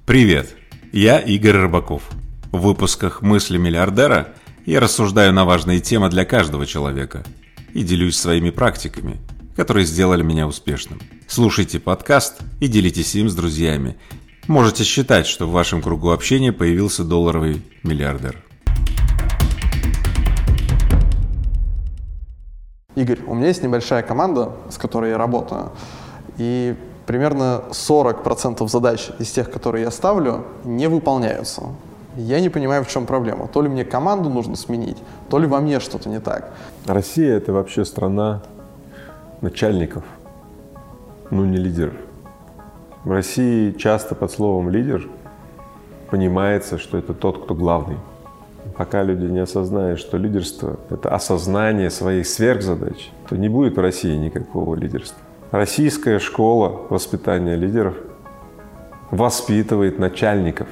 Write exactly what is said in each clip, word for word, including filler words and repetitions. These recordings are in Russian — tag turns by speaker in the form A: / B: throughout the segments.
A: Привет, я Игорь Рыбаков. В выпусках «Мысли миллиардера» я рассуждаю на важные темы для каждого человека и делюсь своими практиками, которые сделали меня успешным. Слушайте подкаст и делитесь им с друзьями. Можете считать, что в вашем кругу общения появился долларовый миллиардер.
B: Игорь, у меня есть небольшая команда, с которой я работаю, и примерно сорок процентов задач из тех, которые я ставлю, не выполняются. Я не понимаю, в чем проблема. То ли мне команду нужно сменить, то ли во мне что-то не так.
C: Россия – это вообще страна начальников, ну не лидеров. В России часто под словом «лидер» понимается, что это тот, кто главный. Пока люди не осознают, что лидерство – это осознание своих сверхзадач, то не будет в России никакого лидерства. Российская школа воспитания лидеров воспитывает начальников,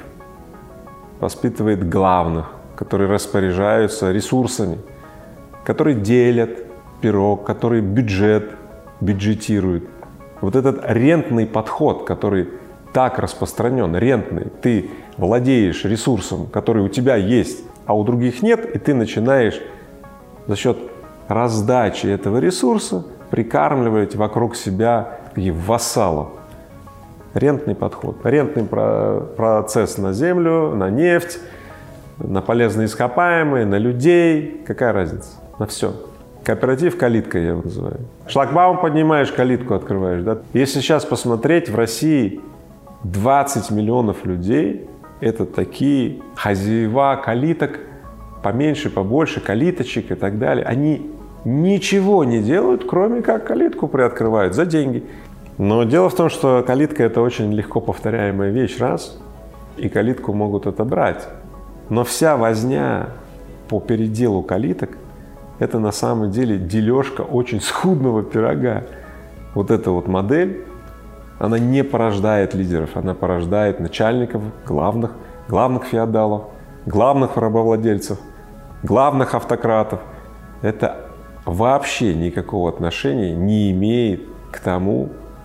C: воспитывает главных, которые распоряжаются ресурсами, которые делят пирог, которые бюджет бюджетируют. Вот этот рентный подход, который так распространен, рентный, ты владеешь ресурсом, который у тебя есть, а у других нет, и ты начинаешь за счет раздачи этого ресурса прикармливать вокруг себя таких вассалов. Рентный подход. Рентный процесс на землю, на нефть, на полезные ископаемые, на людей. Какая разница? На все. Кооператив калитка, я его называю. Шлагбаум поднимаешь, калитку открываешь. Да? Если сейчас посмотреть, в России двадцать миллионов людей — это такие хозяева калиток, поменьше, побольше, калиточек и так далее. Они ничего не делают, кроме как калитку приоткрывают за деньги. Но дело в том, что калитка — это очень легко повторяемая вещь, раз, и калитку могут отобрать. Но вся возня по переделу калиток — это на самом деле дележка очень скудного пирога. Вот эта вот модель, она не порождает лидеров, она порождает начальников, главных, главных феодалов, главных рабовладельцев, главных автократов. Это вообще никакого отношения не имеет к тому,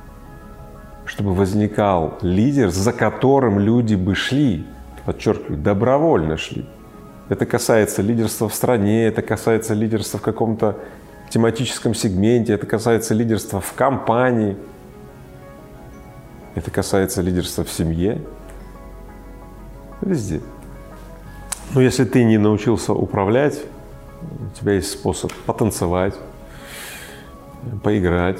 C: чтобы возникал лидер, за которым люди бы шли, подчеркиваю, добровольно шли. Это касается лидерства в стране, это касается лидерства в каком-то тематическом сегменте, это касается лидерства в компании. Это касается лидерства в семье, везде. Но если ты не научился управлять, у тебя есть способ потанцевать, поиграть,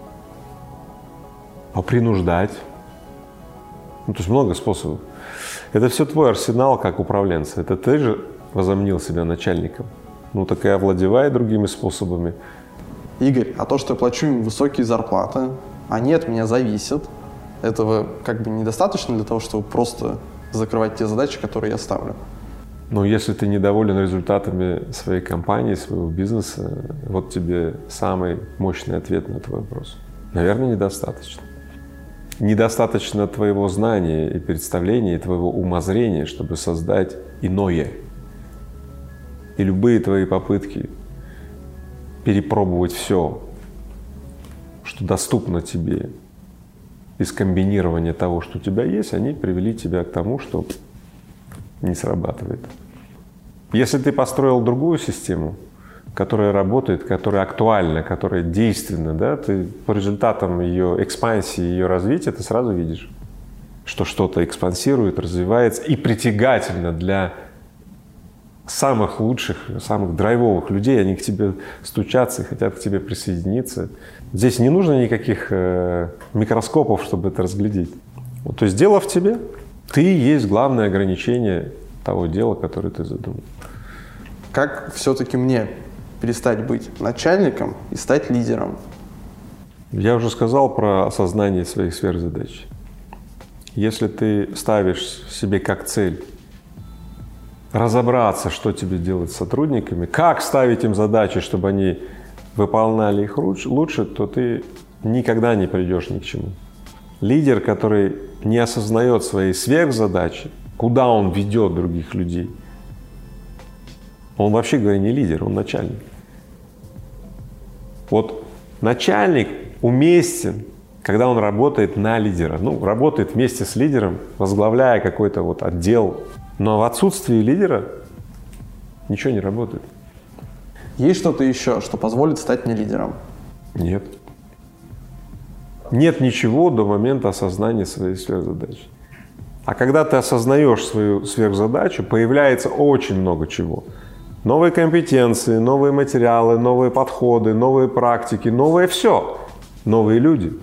C: попринуждать. Ну, то есть много способов. Это все твой арсенал как управленца. Это ты же возомнил себя начальником. Ну так и овладевай другими способами.
B: Игорь, а то, что я плачу им высокие зарплаты, они от меня зависят, этого как бы недостаточно для того, чтобы просто закрывать те задачи, которые я ставлю?
C: Но если ты недоволен результатами своей компании, своего бизнеса, вот тебе самый мощный ответ на твой вопрос. Наверное, недостаточно. Недостаточно твоего знания и представления, и твоего умозрения, чтобы создать иное. И любые твои попытки перепробовать все, что доступно тебе, из комбинирования того, что у тебя есть, они привели тебя к тому, что не срабатывает. Если ты построил другую систему, которая работает, которая актуальна, которая действенна, да, ты по результатам ее экспансии, ее развития, ты сразу видишь, что что-то экспансирует, развивается и притягательно для самых лучших, самых драйвовых людей. Они к тебе стучатся и хотят к тебе присоединиться. Здесь не нужно никаких э, микроскопов, чтобы это разглядеть. Вот, то есть дело в тебе. Ты есть главное ограничение того дела, которое ты задумал.
B: Как все-таки мне перестать быть начальником и стать лидером?
C: Я уже сказал про осознание своих сверхзадач. Если ты ставишь себе как цель разобраться, что тебе делать с сотрудниками, как ставить им задачи, чтобы они выполняли их лучше, то ты никогда не придешь ни к чему. Лидер, который не осознает своей сверхзадачи, куда он ведет других людей, он вообще говоря не лидер, он начальник. Вот начальник уместен когда он работает на лидера. Ну, работает вместе с лидером, возглавляя какой-то вот отдел. Но в отсутствии лидера ничего не работает.
B: Есть что-то еще, что позволит стать мне лидером?
C: Нет. Нет ничего до момента осознания своей сверхзадачи. А когда ты осознаешь свою сверхзадачу, появляется очень много чего. Новые компетенции, новые материалы, новые подходы, новые практики, новое все. Новые люди.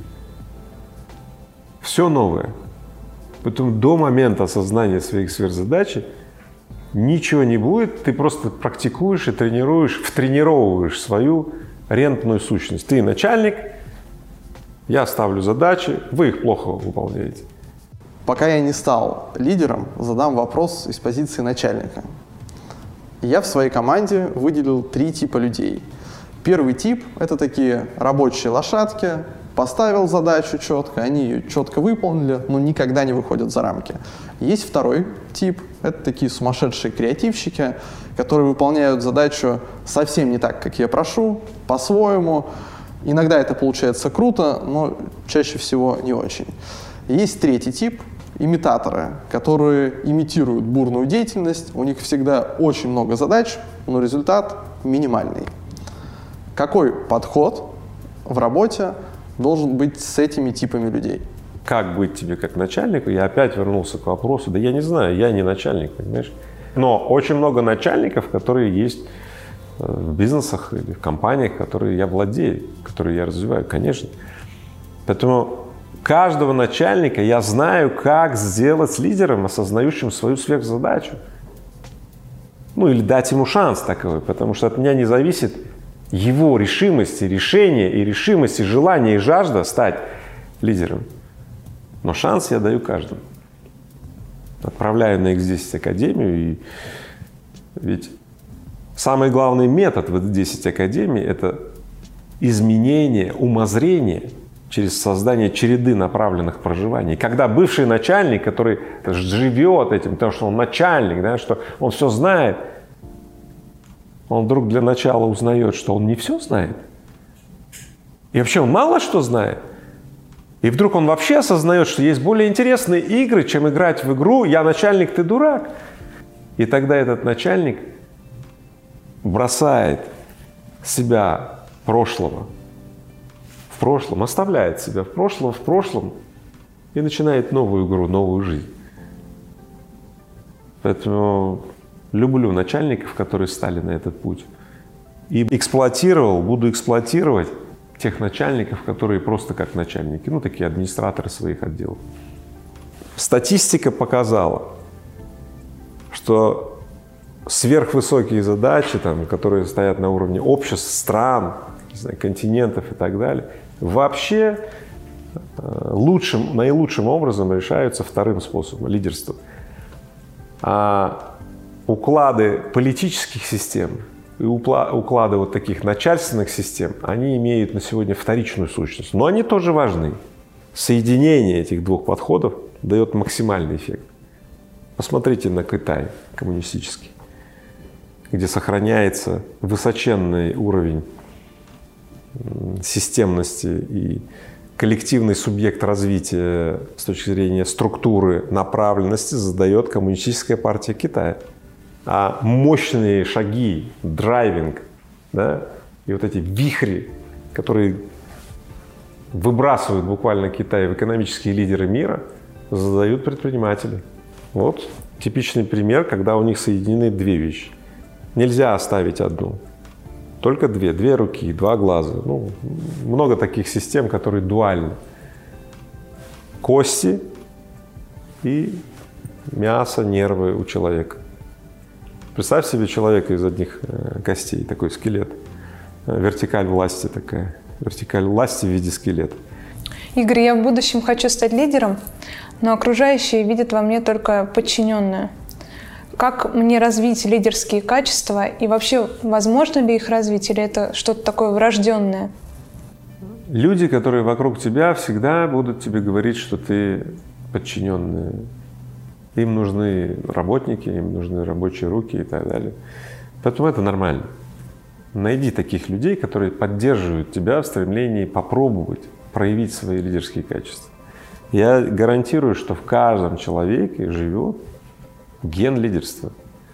C: Все новое. Поэтому до момента осознания своих сверхзадач ничего не будет, ты просто практикуешь и тренируешь, втренировываешь свою рентную сущность. Ты начальник, я ставлю задачи, вы их плохо выполняете.
B: Пока я не стал лидером, задам вопрос из позиции начальника. Я в своей команде выделил три типа людей. Первый тип – это такие рабочие лошадки. Поставил задачу четко, они ее четко выполнили, но никогда не выходят за рамки. Есть второй тип – это такие сумасшедшие креативщики, которые выполняют задачу совсем не так, как я прошу, по-своему. Иногда это получается круто, но чаще всего не очень. Есть третий тип – имитаторы, которые имитируют бурную деятельность. У них всегда очень много задач, но результат минимальный. Какой подход в работе должен быть с этими типами людей?
C: Как быть тебе как начальнику? Я опять вернулся к вопросу. Да я не знаю, я не начальник, понимаешь? Но очень много начальников, которые есть в бизнесах или в компаниях, которые я владею, которые я развиваю, конечно. Поэтому каждого начальника я знаю, как сделать лидером, осознающим свою сверхзадачу. Ну или дать ему шанс такой, потому что от меня не зависит его решимости, решения и решимости, желание и жажда стать лидером. Но шанс я даю каждому. Отправляю на икс десять Академию. И ведь самый главный метод в икс десять Академии – это изменение умозрения через создание череды направленных проживаний. Когда бывший начальник, который живет этим, потому что он начальник, да, что он все знает, он вдруг для начала узнает, что он не все знает. И вообще он мало что знает. И вдруг он вообще осознает, что есть более интересные игры, чем играть в игру «Я начальник, ты дурак». И тогда этот начальник бросает себя прошлого в прошлом, оставляет себя в прошлом, в прошлом и начинает новую игру, новую жизнь. Поэтому люблю начальников, которые стали на этот путь. И эксплуатировал, буду эксплуатировать тех начальников, которые просто как начальники, ну, такие администраторы своих отделов. Статистика показала, что сверхвысокие задачи, там, которые стоят на уровне обществ, стран, не знаю, континентов и так далее, вообще лучшим, наилучшим образом решаются вторым способом — лидерства. А уклады политических систем и уклады вот таких начальственных систем, они имеют на сегодня вторичную сущность, но они тоже важны. Соединение этих двух подходов дает максимальный эффект. Посмотрите на Китай коммунистический, где сохраняется высоченный уровень системности и коллективный субъект развития с точки зрения структуры, направленности задает Коммунистическая партия Китая. А мощные шаги, драйвинг, да, и вот эти вихри, которые выбрасывают буквально Китай в экономические лидеры мира, задают предприниматели. Вот типичный пример, когда у них соединены две вещи. Нельзя оставить одну. Только две. Две руки, два глаза. Ну, много таких систем, которые дуальны. Кости и мясо, нервы у человека. Представь себе человека из одних костей, такой скелет. Вертикаль власти такая. Вертикаль власти в виде скелета.
D: Игорь, я в будущем хочу стать лидером, но окружающие видят во мне только подчиненное. Как мне развить лидерские качества и вообще возможно ли их развить, или это что-то такое врожденное?
C: Люди, которые вокруг тебя, всегда будут тебе говорить, что ты подчиненный. Им нужны работники, им нужны рабочие руки и так далее. Поэтому это нормально. Найди таких людей, которые поддерживают тебя в стремлении попробовать проявить свои лидерские качества. Я гарантирую, что в каждом человеке живет ген лидерства.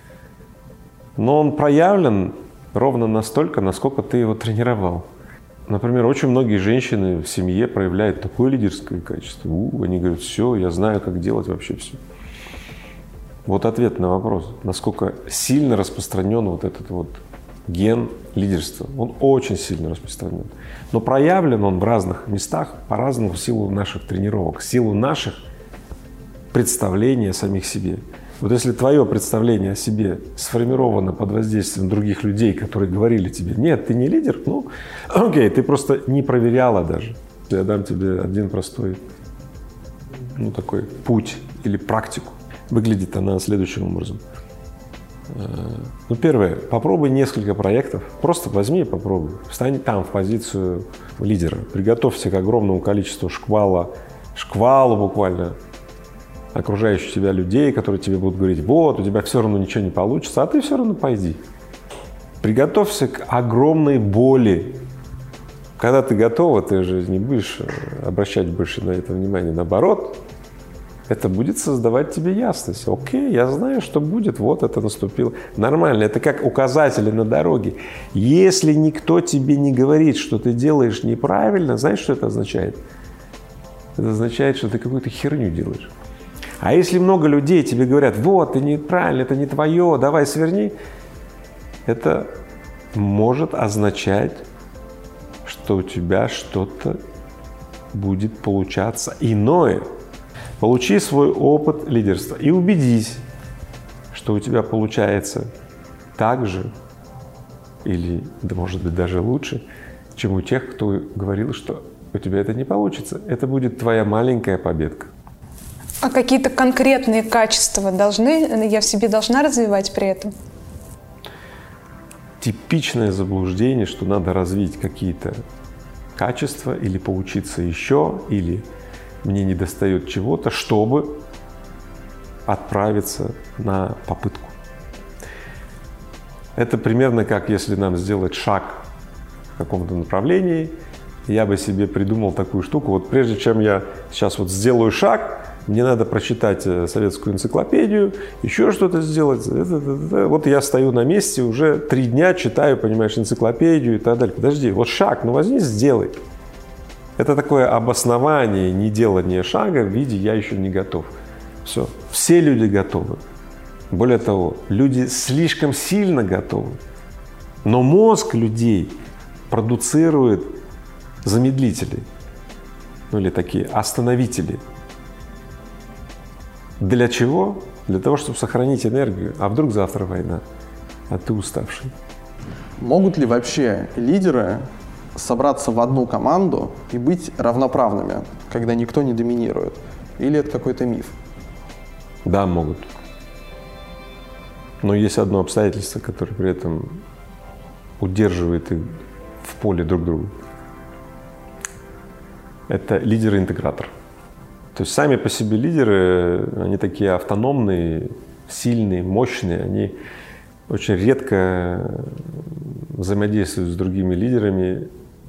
C: Но он проявлен ровно настолько, насколько ты его тренировал. Например, очень многие женщины в семье проявляют такое лидерское качество. У, они говорят, все, я знаю, как делать вообще все. Вот ответ на вопрос, насколько сильно распространен вот этот вот ген лидерства. Он очень сильно распространен. Но проявлен он в разных местах по-разному в силу наших тренировок, в силу наших представлений о самих себе. Вот если твое представление о себе сформировано под воздействием других людей, которые говорили тебе, нет, ты не лидер, ну, окей, ты просто не проверяла даже. Я дам тебе один простой, ну, такой путь или практику. Выглядит она следующим образом. Ну, первое, попробуй несколько проектов, просто возьми и попробуй. Встань там в позицию лидера, приготовься к огромному количеству шквала, шквалу буквально, окружающих тебя людей, которые тебе будут говорить, вот, у тебя все равно ничего не получится, а ты все равно пойди. Приготовься к огромной боли. Когда ты готова, ты же не будешь обращать больше на это внимание. Наоборот, это будет создавать тебе ясность. Окей, я знаю, что будет, вот это наступило. Нормально, это как указатели на дороге. Если никто тебе не говорит, что ты делаешь неправильно, знаешь, что это означает? Это означает, что ты какую-то херню делаешь. А если много людей тебе говорят, вот, ты неправильно, это не твое, давай сверни, это может означать, что у тебя что-то будет получаться иное. Получи свой опыт лидерства и убедись, что у тебя получается так же или, да, может быть, даже лучше, чем у тех, кто говорил, что у тебя это не получится. Это будет твоя маленькая победка.
D: А какие-то конкретные качества должны, я в себе должна развивать при этом?
C: Типичное заблуждение, что надо развить какие-то качества или поучиться еще, или мне недостает чего-то, чтобы отправиться на попытку. Это примерно как если нам сделать шаг в каком-то направлении, я бы себе придумал такую штуку, вот прежде чем я сейчас вот сделаю шаг, мне надо прочитать советскую энциклопедию, еще что-то сделать. Вот я стою на месте, уже три дня читаю, понимаешь, энциклопедию и так далее. Подожди, вот шаг, ну возьми, сделай. Это такое обоснование неделания шага в виде «я еще не готов». Все. Все люди готовы. Более того, люди слишком сильно готовы. Но мозг людей продуцирует замедлители, ну или такие остановители. Для чего? Для того, чтобы сохранить энергию. А вдруг завтра война, а ты уставший.
B: Могут ли вообще лидеры собраться в одну команду и быть равноправными, когда никто не доминирует? Или это какой-то миф?
C: Да, могут. Но есть одно обстоятельство, которое при этом удерживает их в поле друг друга. Это лидер-интегратор. То есть сами по себе лидеры, они такие автономные, сильные, мощные, они очень редко взаимодействуют с другими лидерами,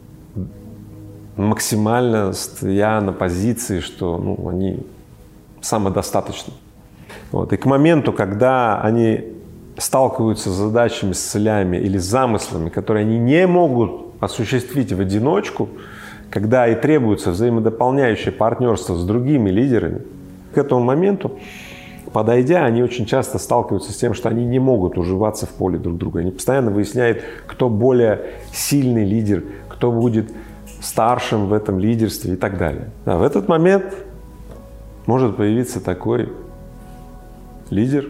C: максимально стоя на позиции, что ну, они самодостаточны. Вот. И к моменту, когда они сталкиваются с задачами, с целями или замыслами, которые они не могут осуществить в одиночку, когда и требуется взаимодополняющее партнерство с другими лидерами, к этому моменту, подойдя, они очень часто сталкиваются с тем, что они не могут уживаться в поле друг друга. Они постоянно выясняют, кто более сильный лидер, кто будет старшим в этом лидерстве и так далее. А в этот момент может появиться такой лидер,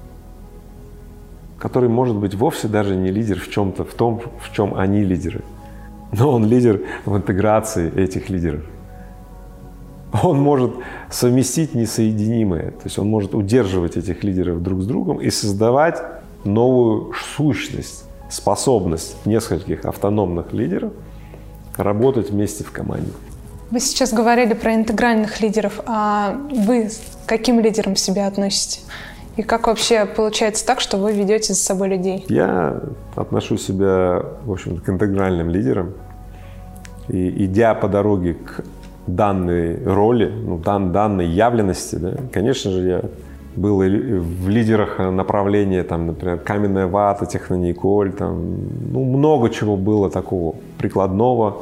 C: который может быть вовсе даже не лидер в чем-то, в том, в чем они лидеры. Но он лидер в интеграции этих лидеров. Он может совместить несоединимое, то есть он может удерживать этих лидеров друг с другом и создавать новую сущность, способность нескольких автономных лидеров работать вместе в команде.
D: Вы сейчас говорили про интегральных лидеров, а вы к каким лидерам себя относите? И как вообще получается так, что вы ведете за собой людей?
C: Я отношу себя, в общем, к интегральным лидерам. И идя по дороге к данной роли, ну, дан, данной явленности, да, конечно же, я был в лидерах направления, там, например, каменная вата, технониколь, там, ну, много чего было такого прикладного.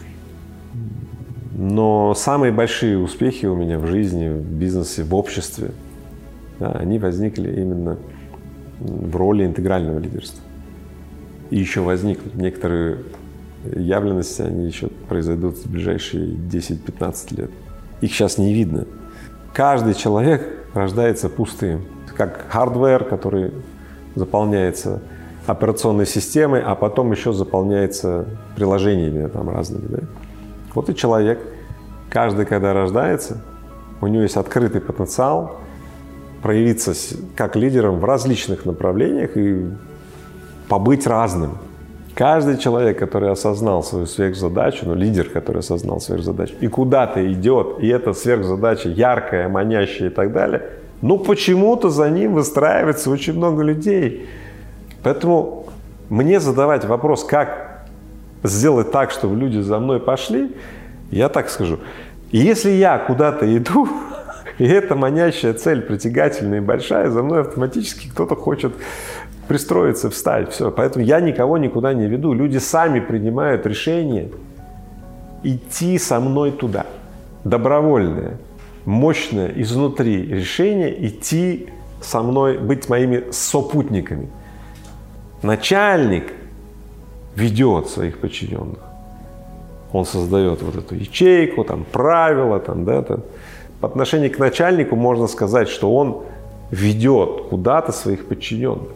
C: Но самые большие успехи у меня в жизни, в бизнесе, в обществе, да, они возникли именно в роли интегрального лидерства. И еще возникнут некоторые явленности, они еще произойдут в ближайшие десять-пятнадцать лет. Их сейчас не видно. Каждый человек рождается пустым, как хардвер, который заполняется операционной системой, а потом еще заполняется приложениями там разными. Да? Вот и человек, каждый, когда рождается, у него есть открытый потенциал проявиться как лидером в различных направлениях и побыть разным. Каждый человек, который осознал свою сверхзадачу, ну, лидер, который осознал сверхзадачу, и куда-то идет, и эта сверхзадача яркая, манящая и так далее, ну, почему-то за ним выстраивается очень много людей. Поэтому мне задавать вопрос, как сделать так, чтобы люди за мной пошли, я так скажу. Если я куда-то иду, и эта манящая цель притягательная и большая, за мной автоматически кто-то хочет пристроиться, встать, все. Поэтому я никого никуда не веду. Люди сами принимают решение идти со мной туда. Добровольное, мощное изнутри решение идти со мной, быть моими сопутниками. Начальник ведет своих подчиненных. Он создает вот эту ячейку, там, правила, там, да, там. По отношению к начальнику можно сказать, что он ведет куда-то своих подчиненных.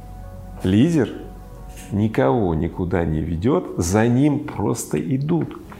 C: Лидер никого никуда не ведет, за ним просто идут.